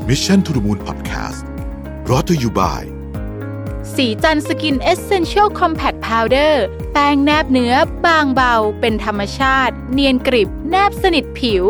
Mission to the Moon Podcast brought to you by สีจันทร์สกินเอเซนเชียลคอมแพคพาวเดอร์แป้งแนบเนื้อบางเบาเป็นธรรมชาติเนียนกริบแนบสนิทผิว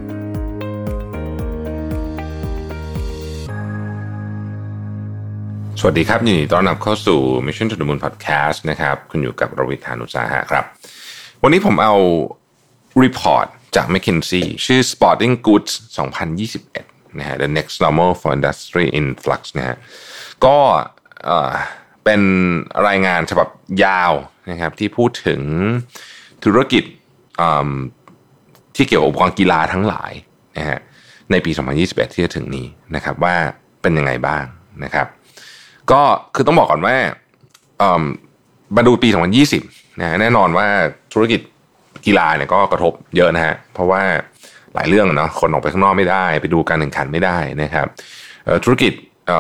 สวัสดีครับยินดีต้อนรับเข้าสู่ Mission to the Moon Podcast นะครับคุณอยู่กับรวิทย์ หาญอุตสาหะครับวันนี้ผมเอารีพอร์ตจาก McKinsey ชื่อ Sporting Goods 2021 นะฮะ The Next Normal for Industry in Flux นะฮะก็เป็นรายงานฉบับยาวนะครับที่พูดถึงธุรกิจที่เกี่ยวกับอุปกรณ์กีฬาทั้งหลายนะฮะในปี 2021 ที่จะถึงนี้นะครับว่าเป็นยังไงบ้างนะครับก็คือต้องบอกก่อนว่ามาดูปี 2020 นะแน่นอนว่าธุรกิจกีฬาเนี่ยก็กระทบเยอะนะฮะเพราะว่าหลายเรื่องเนาะคนออกไปข้างนอกไม่ได้ไปดูการแข่งขันไม่ได้นะครับธุรกิจ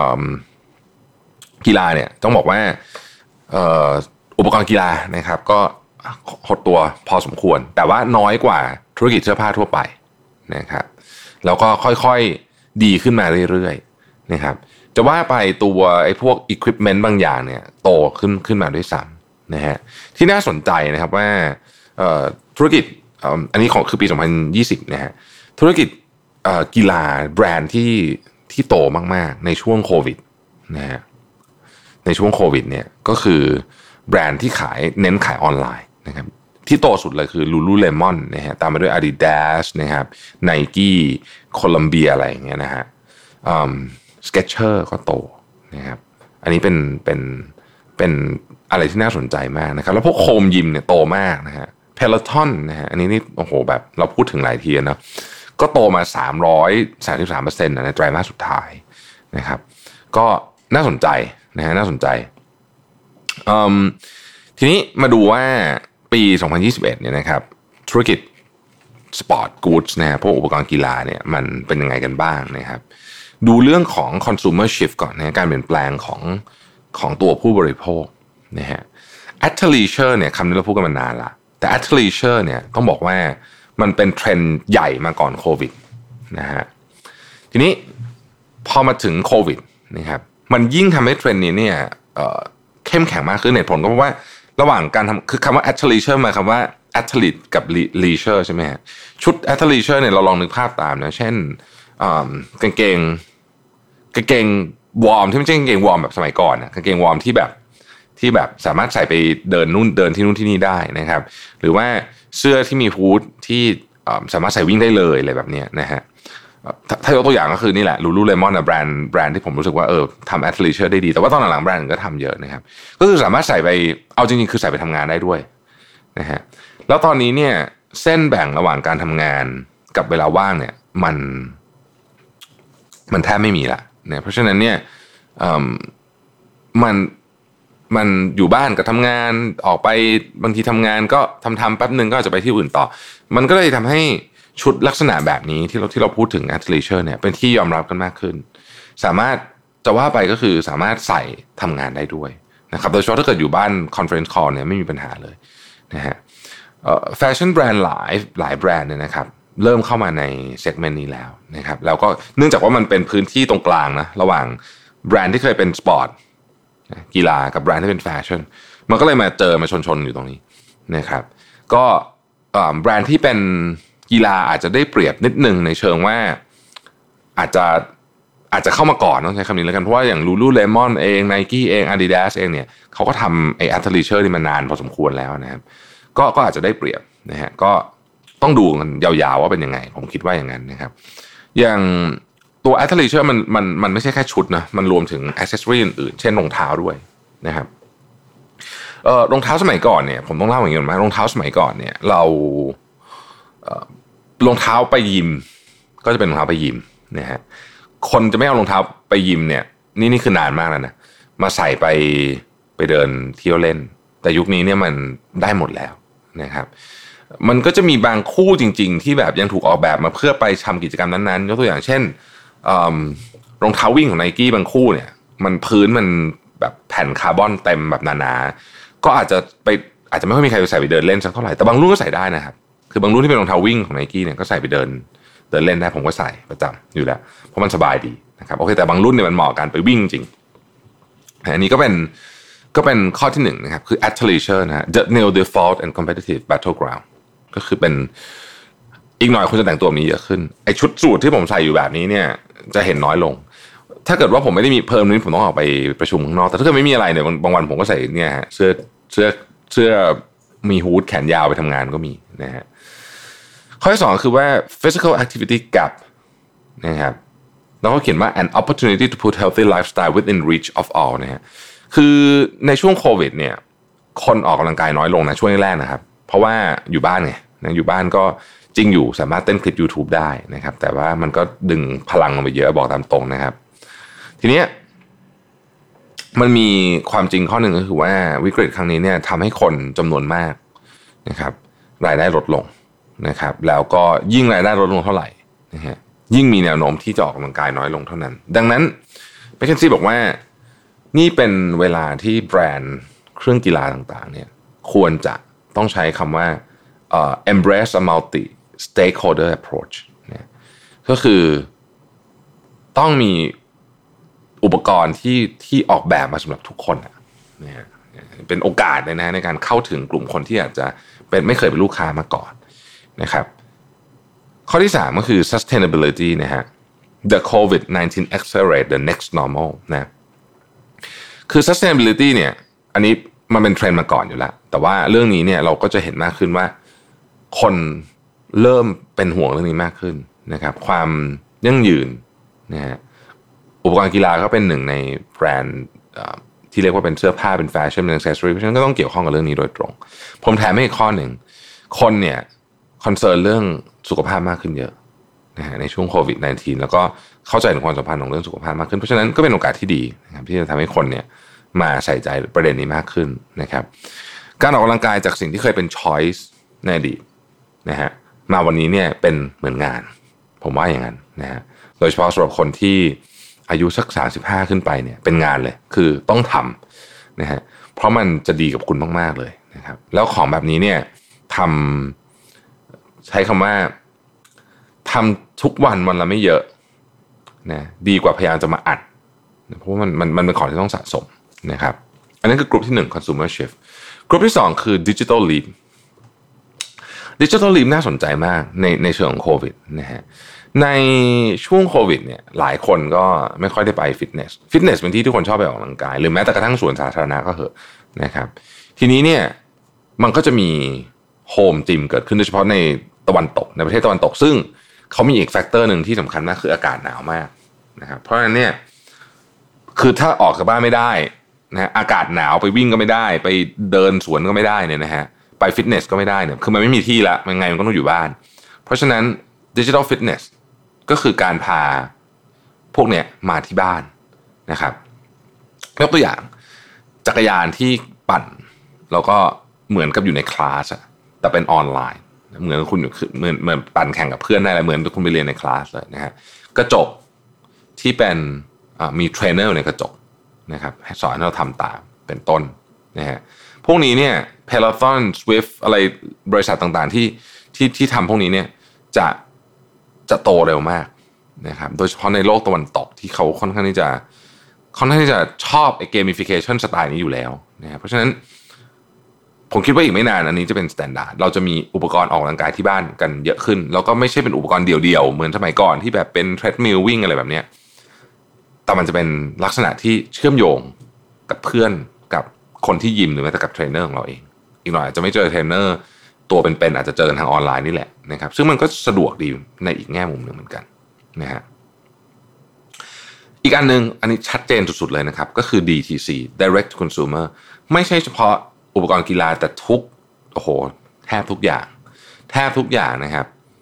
กีฬาเนี่ยต้องบอกว่าอุปกรณ์กีฬานะครับก็หดตัวพอสมควรแต่ว่าน้อยกว่าธุรกิจเสื้อผ้าทั่วไปนะครับแล้วก็ค่อยๆดีขึ้นมาเรื่อยๆนะครับจะว่าไปตัวไอ้พวก equipment บางอย่างเนี่ยโตขึ้นมาด้วยซ้ำนะฮะที่น่าสนใจนะครับว่าธุรกิจอันนี้ของคือปี 2020 นะฮะธุรกิจกีฬาแบรนด์ที่โตมากๆในช่วงโควิดนะฮะในช่วงโควิดเนี่ยก็คือแบรนด์ที่เน้นขายออนไลน์นะครับที่โตสุดเลยคือ Lululemon นะฮะตามมาด้วย Adidas นะครับ Nike Columbia อะไรอย่างเงี้ยนะฮะSkechers ก็โตนะครับอันนี้เป็นอะไรที่น่าสนใจมากนะครับแล้วพวกโคมยิมเนี่ยโตมากนะฮะ Peloton นะฮะอันนี้นี่โอ้โหแบบเราพูดถึงหลายทีนะก็โตมา 333% ในไตรมาสสุดท้ายนะครับก็น่าสนใจนะฮะน่าสนใจทีนี้มาดูว่าปี 2021 เนี่ยนะครับธุรกิจสปอร์ตกู๊ดส์นะฮะพวกอุปกรณ์กีฬาเนี่ยมันเป็นยังไงกันบ้างนะครับดูเรื่องของ consumer shift ก่อนนะการเปลี่ยนแปลงของตัวผู้บริโภคนะฮะ athleisure เนี่ยคำนี้เราพูดกันมานานละแต่ athleisure เนี่ยต้องบอกว่ามันเป็นเทรนด์ใหญ่มาก่อนโควิดนะฮะทีนี้พอมาถึงโควิดนะครับมันยิ่งทำให้เทรนด์นี้เนี่ยเข้มแข็งมากขึ้นเหตุผลก็เพราะว่าระหว่างการทำคือคำว่า athleisure หมายความว่า athlete กับ leisure ใช่ไหมฮะชุด athleisure เนี่ยเราลองนึกภาพตามนะเช่นกางเกงวอร์มที่ไม่ใช่กางเกงวอร์มแบบสมัยก่อนนะกางเกงวอร์มที่แบบสามารถใส่ไปเดินที่นู่นที่นี่ได้นะครับหรือว่าเสื้อที่มีฮู้ดที่สามารถใส่วิ่งได้เลยอะไรแบบนี้นะฮะถ้ายกตัวอย่างก็คือนี่แหละ Lululemon นะแบรนด์ที่ผมรู้สึกว่าทำ athleisure ได้ดีแต่ว่าตอนหลังๆแบรนด์ก็ทำเยอะนะครับก็คือสามารถใส่ไปเอาจริงๆคือใส่ไปทำงานได้ด้วยนะฮะแล้วตอนนี้เนี่ยเส้นแบ่งระหว่างการทำงานกับเวลาว่างเนี่ยมันแทบไม่มีละเนี่ยเพราะฉะนั้นเนี่ยมันอยู่บ้านกับทำงานออกไปบางทีทำงานก็ทำแป๊บนึงก็อาจจะไปที่อื่นต่อมันก็เลยทำให้ชุดลักษณะแบบนี้ที่เราพูดถึง athleisure เนี่ยเป็นที่ยอมรับกันมากขึ้นสามารถจะว่าไปก็คือสามารถใส่ทำงานได้ด้วยนะครับโดยเฉพาะถ้าเกิดอยู่บ้าน conference call เนี่ยไม่มีปัญหาเลยนะฮะแฟชั่นแบรนด์หลายแบรนด์เนี่ยนะครับเริ่มเข้ามาในเซกเมนต์นี้แล้วนะครับแล้วก็เนื่องจากว่ามันเป็นพื้นที่ตรงกลางนะระหว่างแบรนด์ที่เคยเป็นสปอร์ตกีฬากับแบรนด์ที่เป็นแฟชั่นมันก็เลยมาชนอยู่ตรงนี้นะครับก็แบรนด์ที่เป็นกีฬาอาจจะได้เปรียบนิดนึงในเชิงว่าอาจจะเข้ามาก่อนต้องใช้คำนี้แล้วกันเพราะว่าอย่าง Lululemon เอง Nike เอง Adidas เองเนี่ยเขาก็ทำไอ้ athleisure นี่มานานพอสมควรแล้วนะครับก็อาจจะได้เปรียบนะฮะก็ต้องดูกันยาวๆว่าเป็นยังไงผมคิดว่าอย่างนั้นนะครับอย่างตัว athleisure มันไม่ใช่แค่ชุดนะมันรวมถึง accessory อื่นๆเช่นรองเท้าด้วยนะครับรองเท้าสมัยก่อนเนี่ยผมต้องเล่าอย่างนี้ก่อนรองเท้าสมัยก่อนเนี่ยเรารองเท้าไปยิมก็จะเป็นรองเท้าไปยิมนะฮะคนจะไม่เอารองเท้าไปยิมเนี่ยนี่คือนานมากแล้วนะมาใส่ไปเดินเที่ยวเล่นแต่ยุคนี้เนี่ยมันได้หมดแล้วนะครับมันก็จะมีบางคู่จริงๆที่แบบยังถูกออกแบบมาเพื่อไปทำกิจกรรมนั้นๆยกตัวอย่างเช่นรองเท้าวิ่งของ Nike บางคู่เนี่ยมันพื้นมันแบบแผ่นคาร์บอนเต็มแบบหนาๆก็อาจจะไม่ค่อยมีใครใส่ไปเดินเล่นสักเท่าไหร่แต่บางรุ่นก็ใส่ได้นะครับคือบางรุ่นที่เป็นรองเท้าวิ่งของ Nike เนี่ยก็ใส่ไปเดินเล่นได้ผมก็ใส่ประจำอยู่แล้วเพราะมันสบายดีนะครับโอเคแต่บางรุ่นเนี่ยมันเหมาะกันไปวิ่งจริงอันนี้ก็เป็นข้อที่1นะครับคือ at leisure นะฮะ the new default and competitive battleground ก็คือเป็นอีกหน่อยคุณจะแต่งตัวแบบนี้เยอะขึ้นไอชุดสูทที่ผมใส่อยู่แบบนี้เนี่ยจะเห็นน้อยลงถ้าเกิดว่าผมไม่ได้มีเพิ่มนี้ผมต้องออกไปประชุมข้างนอกแต่ถ้าเกิดไม่มีอะไรเนี่ยบางวันผมก็ใส่เนี่ยเสื้อมีฮู้ดแขนยาวไปทำงานก็มีนะฮะข้อที่2คือว่า physical activity gap นะครับแล้วก็เขียนว่า an opportunity to put healthy lifestyle within reach of all นะฮะคือในช่วงโควิดเนี่ยคนออกกำลังกายน้อยลงนะช่วงแรกนะครับเพราะว่าอยู่บ้านไงนะอยู่บ้านก็จริงอยู่สามารถเต้นคลิป YouTube ได้นะครับแต่ว่ามันก็ดึงพลังลงไปเยอะบอกตามตรงนะครับทีนี้มันมีความจริงข้อหนึ่งก็คือว่าวิกฤตครั้งนี้เนี่ยทำให้คนจำนวนมากนะครับรายได้ลดลงนะครับแล้วก็ยิ่งรายได้ลดลงเท่าไหร่นะฮะยิ่งมีแนวโน้มที่จะออกกำลังกายน้อยลงเท่านั้นดังนั้นแมคเคนซี่บอกว่านี่เป็นเวลาที่แบรนด์เครื่องกีฬาต่างๆเนี่ยควรจะต้องใช้คำว่าembrace a multi stakeholder approach นะก็คือต้องมีอุปกรณ์ที่ออกแบบมาสำหรับทุกคนนะเป็นโอกาสเลยนะในการเข้าถึงกลุ่มคนที่อาจจะไม่เคยเป็นลูกค้ามาก่อนนะครับข้อที่3ก็คือ sustainability นะฮะ the COVID-19 accelerate the next normal นะคือ sustainability เนี่ยอันนี้มันเป็นเทรนด์มาก่อนอยู่แล้วแต่ว่าเรื่องนี้เนี่ยเราก็จะเห็นมากขึ้นว่าคนเริ่มเป็นห่วงเรื่องนี้มากขึ้นนะครับความยั่งยืนนะฮะอุปกรณ์กีฬาก็เป็นหนึ่งในแบรนด์ที่เรียกว่าเป็นเสื้อผ้าเป็นแฟชั่นเป็น accessory เพราะฉะนั้นก็ต้องเกี่ยวข้องกับเรื่องนี้โดยตรงผมแถมให้อีกข้อหนึ่งคนเนี่ยคอนเซิร์นเรื่องสุขภาพมากขึ้นเยอะนะฮะในช่วงโควิด -19 แล้วก็เข้าใจถึงความสัมพันธ์ของเรื่องสุขภาพมากขึ้นเพราะฉะนั้นก็เป็นโอกาสที่ดีนะครับที่จะทำให้คนเนี่ยมาใส่ใจประเด็นนี้มากขึ้นนะครับการออกกำลังกายจากสิ่งที่เคยเป็น choice ในอดีตนะฮะมาวันนี้เนี่ยเป็นเหมือนงานผมว่าอย่างนั้นนะฮะโดยเฉพาะสำหรับคนที่อายุสัก35ขึ้นไปเนี่ยเป็นงานเลยคือต้องทำนะฮะเพราะมันจะดีกับคุณมากๆเลยนะครับแล้วของแบบนี้เนี่ยใช้คำว่าทำทุกวันละไม่เยอะนะดีกว่าพยายามจะมาอัดเพราะว่ามันเป็นของที่ต้องสะสมนะครับอันนั้นคือกลุ่มที่1 consumer shift กลุ่มที่2คือ digital leap digital leap น่าสนใจมากในเชิงของโควิดนะฮะในช่วงโควิดเนี่ยหลายคนก็ไม่ค่อยได้ไปฟิตเนสเป็นที่ทุกคนชอบไปออกกำลังกายหรือแม้แต่กระทั่งสวนสาธารณะก็เหอะนะครับทีนี้เนี่ยมันก็จะมีโฮมจิมเกิดขึ้นโดยเฉพาะในตะวันตกในประเทศตะวันตกซึ่งเขามีอีกแฟกเตอร์หนึ่งที่สำคัญมากคืออากาศหนาวมากนะครับเพราะฉะนั้นเนี่ยคือถ้าออกจากบ้านไม่ได้นะอากาศหนาวไปวิ่งก็ไม่ได้ไปเดินสวนก็ไม่ได้เนี่ยนะฮะไปฟิตเนสก็ไม่ได้เนี่ยคือมันไม่มีที่ละมันไงมันก็ต้องอยู่บ้านเพราะฉะนั้นดิจิทัลฟิตเนสก็คือการพาพวกเนี้ยมาที่บ้านนะครับยกตัวอย่างจักรยานที่ปั่นแล้วก็เหมือนกับอยู่ในคลาสอะแต่เป็นออนไลน์เหมือนคุณเหมือนปั่นแข่งกับเพื่อนได้เลยเหมือนคุณไปเรียนในคลาสเลยนะฮะกระจกที่เป็นมีเทรนเนอร์ในกระจกนะครับสอนให้เราทำตามเป็นต้นนะฮะพวกนี้เนี่ย Peloton Swift อะไรบริษัทต่างๆที่ทำพวกนี้เนี่ยจะโตเร็วมากนะครับโดยเฉพาะในโลกตะวันตกที่เขาค่อนข้างที่จะชอบไอ้ gamification สไตล์นี้อยู่แล้วนะเพราะฉะนั้นผมคิดว่าอีกไม่นานอันนี้จะเป็นสแตนดาร์ดเราจะมีอุปกรณ์ออกกำลังกายที่บ้านกันเยอะขึ้นแล้วก็ไม่ใช่เป็นอุปกรณ์เดี่ยวๆเหมือนสมัยก่อนที่แบบเป็นเทรดมิลวิ่งอะไรแบบนี้แต่มันจะเป็นลักษณะที่เชื่อมโยงกับเพื่อนกับคนที่ยิมหรือแม้แต่กับเทรนเนอร์ของเราเองอีกหน่อยอาจจะไม่เจอเทรนเนอร์ตัวเป็นๆอาจจะเจอกันทางออนไลน์นี่แหละนะครับซึ่งมันก็สะดวกดีในอีกแง่มุมหนึ่งเหมือนกันนะฮะอีกอันนึงอันนี้ชัดเจนสุดๆเลยนะครับก็คือ DTC Direct to Consumer ไม่ใช่เฉพาะอุปกรณ์กีฬาแต่แทบทุกอย่างนะครับ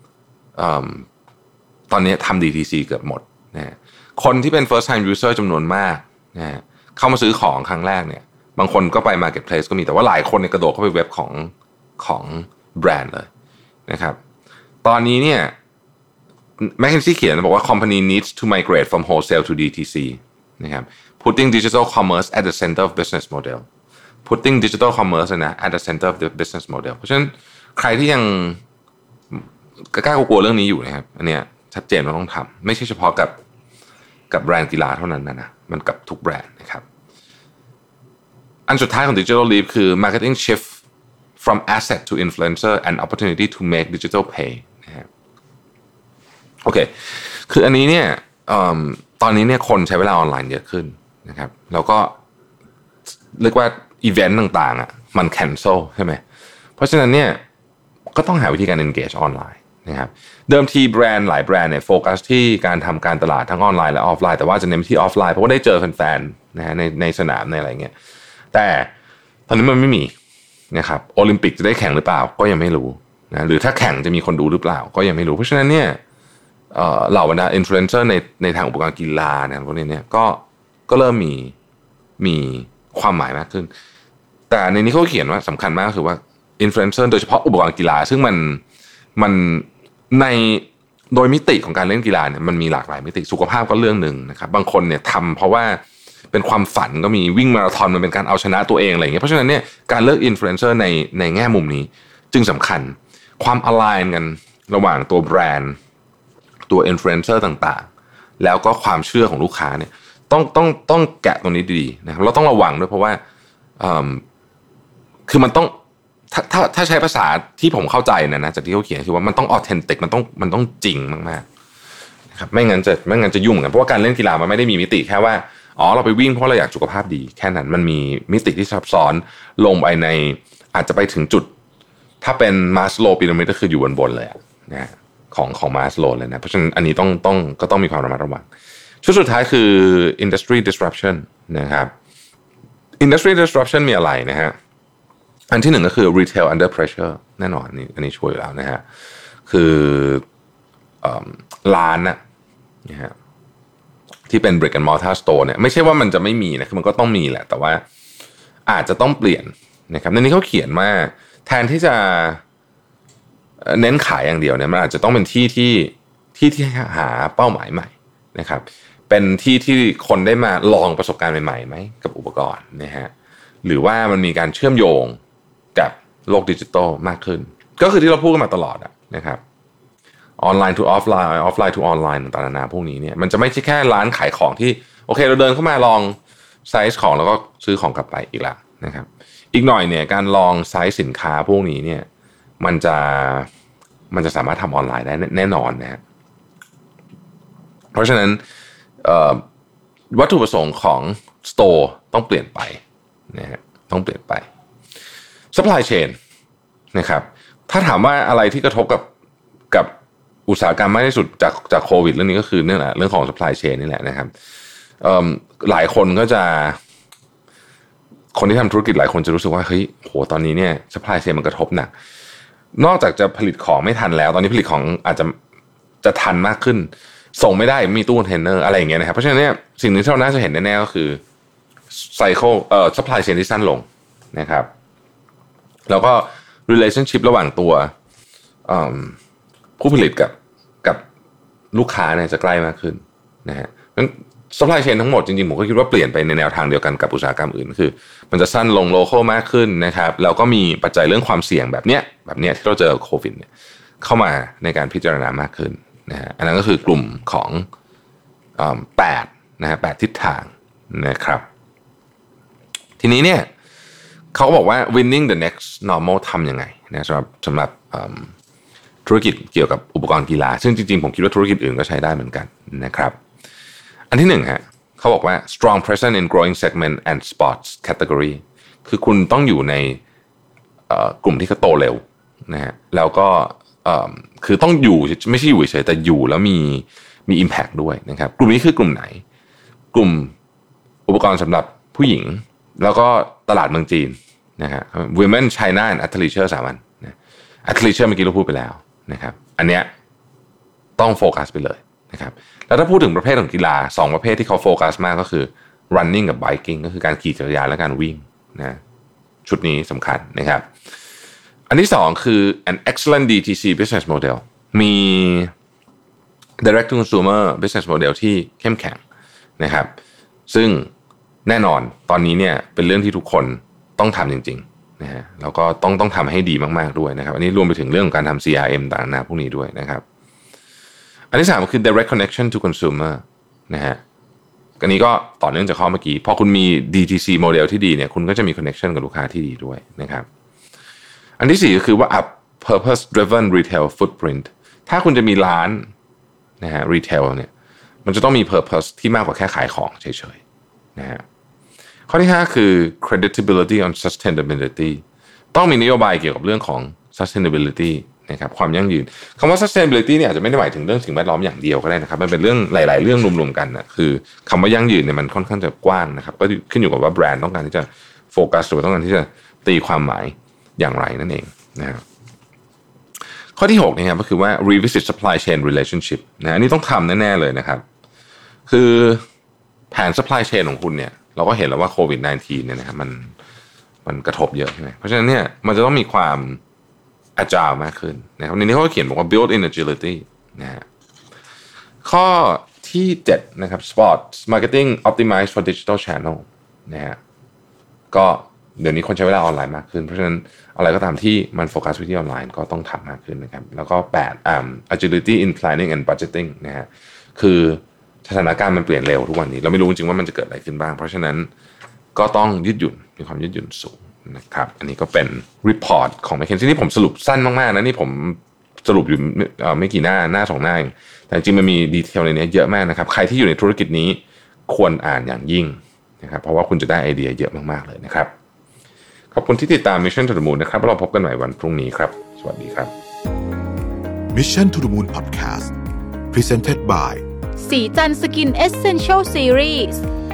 ตอนนี้ทำ DTC เกือบหมดนะคนที่เป็น first time user จำนวนมากนะเข้ามาซื้อของครั้งแรกเนี่ยบางคนก็ไป marketplace ก็มีแต่ว่าหลายคนเนี่ยกระโดดเข้าไปเว็บของแบรนด์เลยนะครับตอนนี้เนี่ย McKinsey เขียนบอกว่า company needs to migrate from wholesale to DTC นะครับ putting digital commerce at the center of business model putting digital commerce นะ at the center of the business model เพราะฉะนั้นใครที่ยังกล้ากลัวเรื่องนี้อยู่นะครับอันเนี้ยชัดเจนว่าต้องทำไม่ใช่เฉพาะกับกับแบรนด์กีฬาเท่านั้นนะมันกับทุกแบรนด์นะครับอันสุดท้ายของ Digital Leap คือ Marketing Shift from Asset to Influencer and Opportunity to Make Digital Pay นะฮะโอเคคืออันนี้เนี่ยตอนนี้เนี่ยคนใช้เวลาออนไลน์เยอะขึ้นนะครับแล้วก็เรียกว่าอีเวนต์ต่างๆอ่ะมัน cancel ใช่ไหมเพราะฉะนั้นเนี่ยก็ต้องหาวิธีการ engage ออนไลน์นะครับเดิมทีแบรนด์หลายแบรนด์เนี่ยโฟกัสที่การทำการตลาดทั้งออนไลน์และออฟไลน์แต่ว่าจะเน้นที่ออฟไลน์เพราะว่าได้เจอแฟนๆนะฮะในสนามในอะไรเงี้ยแต่ตอนนี้มันไม่มีนะครับโอลิมปิกจะได้แข่งหรือเปล่าก็ยังไม่รู้นะหรือถ้าแข่งจะมีคนดูหรือเปล่าก็ยังไม่รู้เพราะฉะนั้นเนี่ยเหล่าบรรดาอินฟลูเอนเซอร์ในทางอุปกรณ์กีฬาเนี่ยพวกนี้เนี่ยก็เริ่มมีความหมายมากขึ้นแต่ในนี้เขาเขียนว่าสำคัญมากคือว่าอินฟลูเอนเซอร์โดยเฉพาะอุปกรณ์กีฬาซึ่งมันในโดยมิติของการเล่นกีฬาเนี่ยมันมีหลากหลายมิติสุขภาพก็เรื่องนึงนะครับบางคนเนี่ยทำเพราะว่าเป็นความฝันก็มีวิ่งมาราธอนมันเป็นการเอาชนะตัวเองอะไรอย่างเงี้ยเพราะฉะนั้นเนี่ยการเลือกอินฟลูเอนเซอร์ในแง่มุมนี้จึงสำคัญความอไลน์กันระหว่างตัวแบรนด์ตัวอินฟลูเอนเซอร์ต่างๆแล้วก็ความเชื่อของลูกค้าเนี่ยต้องแกะตรงนี้ดีๆนะครับเราต้องระวังด้วยเพราะว่าคือมันต้องถ้าใช้ภาษาที่ผมเข้าใจนะจากที่เขาเขียนคือว่ามันต้องออเทนติกมันต้องจริงมากๆนะครับไม่งั้นจะยุ่งกันเพราะว่าการเล่นกีฬามันไม่ได้มีมิติแค่ว่าเราไปวิ่งเพราะเราอยากสุขภาพดีแค่นั้นมันมีมิติที่ซับซ้อนลงไปในอาจจะไปถึงจุดถ้าเป็นมาสโลว์พีระมิดก็คืออยู่บนเลยนะของมาสโลว์เลยนะเพราะฉะนั้นอันนี้ก็ต้องมีความระมัดระวังชุดสุดท้ายคือ industry disruption นะครับ industry disruption มีอะไรนะฮะอันที่หนึ่งก็คือ retail under pressure แน่นอนอันนี้ช่วยอยู่แล้วนะฮะคือร้านนะฮะที่เป็น brick and mortar store เนี่ยไม่ใช่ว่ามันจะไม่มีนะคือมันก็ต้องมีแหละแต่ว่าอาจจะต้องเปลี่ยนนะครับในนี้เขาเขียนว่าแทนที่จะเน้นขายอย่างเดียวเนี่ยมันอาจจะต้องเป็นที่หาเป้าหมายใหม่นะครับเป็นที่คนได้มาลองประสบการณ์ใหม่ๆไหมกับอุปกรณ์นะฮะหรือว่ามันมีการเชื่อมโยงกับโลกดิจิตอลมากขึ้นก็คือที่เราพูดกันมาตลอดนะครับออนไลน์ to ออฟไลน์ออฟไลน์ to ออนไลน์ต่างๆนานาพวกนี้เนี่ยมันจะไม่ใช่แค่ร้านขายของที่โอเคเราเดินเข้ามาลองไซส์ของแล้วก็ซื้อของกลับไปอีกแล้วนะครับอีกหน่อยเนี่ยการลองไซส์สินค้าพวกนี้เนี่ยมันจะสามารถทำออนไลน์ได้แน่นอนนะเพราะฉะนั้นวัตถุประสงค์ของ store ต้องเปลี่ยนไปนะฮะต้องเปลี่ยนไป supply chain นะครับถ้าถามว่าอะไรที่กระทบกับอุตสาหกรรมมากที่สุดจากโควิดเรื่องนี้ก็คือเนี่ยแหละเรื่องของ supply chain นี่แหละนะครับหลายคนก็จะคนที่ทำธุรกิจหลายคนจะรู้สึกว่าเฮ้ยโหตอนนี้เนี่ย supply chain มันกระทบหนักนอกจากจะผลิตของไม่ทันแล้วตอนนี้ผลิตของอาจจะทันมากขึ้นส่งไม่ได้มีตู้คอนเทนเนอร์อะไรอย่างเงี้ยนะครับเพราะฉะนั้นเนี่ยสิ่งที่เราน่าจะเห็นแน่ๆก็คือไซเคิลsupply chain ที่สั้นลงนะครับแล้วก็ relationship ระหว่างตัวผู้ผลิตกับลูกค้าเนี่ยจะใกล้มากขึ้นนะฮะงั้น supply chain ทั้งหมดจริงๆผมก็คิดว่าเปลี่ยนไปในแนวทางเดียวกันกับอุตสาหกรรมอื่นคือมันจะสั้นลง local มากขึ้นนะครับแล้วก็มีปัจจัยเรื่องความเสี่ยงแบบเนี้ยที่เราเจอโควิดเนี่ยเข้ามาในการพิจารณามากขึ้นนะฮะอันนั้นก็คือกลุ่มของ8นะฮะ8ทิศทางนะครับทีนี้เนี่ยเขาก็บอกว่า winning the next normal ทำยังไงนะสำหรับธุรกิจเกี่ยวกับอุปกรณ์กีฬาซึ่งจริงๆผมคิดว่าธุรกิจอื่นก็ใช้ได้เหมือนกันนะครับอันที่หนึ่งฮะเขาบอกว่า strong presence in growing segment and sports category คือคุณต้องอยู่ในกลุ่มที่เขาโตเร็วนะฮะแล้วก็คือต้องอยู่ไม่ใช่อยู่เฉยแต่อยู่แล้วมี impact ด้วยนะครับกลุ่มนี้คือกลุ่มไหนกลุ่มอุปกรณ์สำหรับผู้หญิงแล้วก็ตลาดเมืองจีนนะฮะ Women China and Athleisure 3 อันนะ Athleisure เมื่อกี้เราพูดไปแล้วนะครับอันเนี้ยต้องโฟกัสไปเลยนะครับแล้วถ้าพูดถึงประเภทของกีฬา2ประเภทที่เขาโฟกัสมากก็คือ running กับ biking ก็คือการขี่จักรยานและการวิ่งนะชุดนี้สำคัญนะครับอันที่2คือ an excellent DTC business model มี direct to consumer business model ที่เข้มแข็งนะครับซึ่งแน่นอนตอนนี้เนี่ยเป็นเรื่องที่ทุกคนต้องทำจริงๆนะฮะแล้วก็ต้องทำให้ดีมากๆด้วยนะครับอันนี้รวมไปถึงเรื่องของการทำ CRM ต่างๆพวกนี้ด้วยนะครับอันที่3คือ direct connection to consumer นะฮะอันนี้ก็ต่อเนื่องจากข้อเมื่อกี้พอคุณมี DTC โมเดลที่ดีเนี่ยคุณก็จะมี connection กับลูกค้าที่ดีด้วยนะครับอันที่4ก็คือว่า purpose driven retail footprint ถ้าคุณจะมีร้านนะฮะ retail เนี่ยมันจะต้องมี purpose ที่มากกว่าแค่ขายของเฉยๆนะฮะข้อที่5คือ credibility on sustainability ต้องมีนโยบายเกี่ยวกับเรื่องของ sustainability นะครับความยั่งยืนคำว่า sustainability เนี่ยอาจจะไม่ได้หมายถึงเรื่องสิ่งแวดล้อมอย่างเดียวก็ได้นะครับมันเป็นเรื่องหลายๆเรื่องรวมๆกันนะคือคำว่ายั่งยืนเนี่ยมันค่อนข้างจะกว้างนะครับก็ขึ้นอยู่กับว่าแบรนด์ต้องการที่จะโฟกัสหรือต้องการที่จะตีความหมายอย่างไรนั่นเองนะครับข้อที่6นะครับก็คือว่า revisit supply chain relationship นะอันนี้ต้องทำแน่ๆเลยนะครับคือแผน supply chain ของคุณเนี่ยเราก็เห็นแล้วว่าโควิด -19 เนี่ยนะครับมันกระทบเยอะใช่ไหมเพราะฉะนั้นเนี่ยมันจะต้องมีความagile มากขึ้นนะครับในนี้เขาเขียนบอกว่า build in agility นะฮะข้อที่7นะครับ sport marketing optimize for digital channel นะฮะก็เดี๋ยวนี้คนใช้เวลาออนไลน์มากขึ้นเพราะฉะนั้นอะไรก็ตามที่มันโฟกัสไปที่ออนไลน์ก็ต้องทำมากขึ้นนะครับแล้วก็8 agility in planning and budgeting นะฮะคือสถานการณ์มันเปลี่ยนเร็วทุกวันนี้เราไม่รู้จริงๆว่ามันจะเกิดอะไรขึ้นบ้างเพราะฉะนั้นก็ต้องยืดหยุ่นมีความยืดหยุ่นสูงนะครับอันนี้ก็เป็นรีพอร์ตของ McKinsey ที่ผมสรุปสั้นมากๆนะนี่ผมสรุปอยู่ไม่กี่หน้า2หน้าเองแต่จริงมันมีดีเทลในนี้เยอะมากนะครับใครที่อยู่ในธุรกิจนี้ควรอ่านอย่างยิ่งนะครับเพราะว่าคุณจะได้ไอเดียเยอะมากๆเลยนะครับขอบคุณที่ติดตาม Mission to the Moon นะครับเราพบกันใหม่วันพรุ่งนี้ครับสวัสดีครับ Mission to the Moon Podcast Presented by สีจันทร์สกินเอสเซนเชียลซีรีส์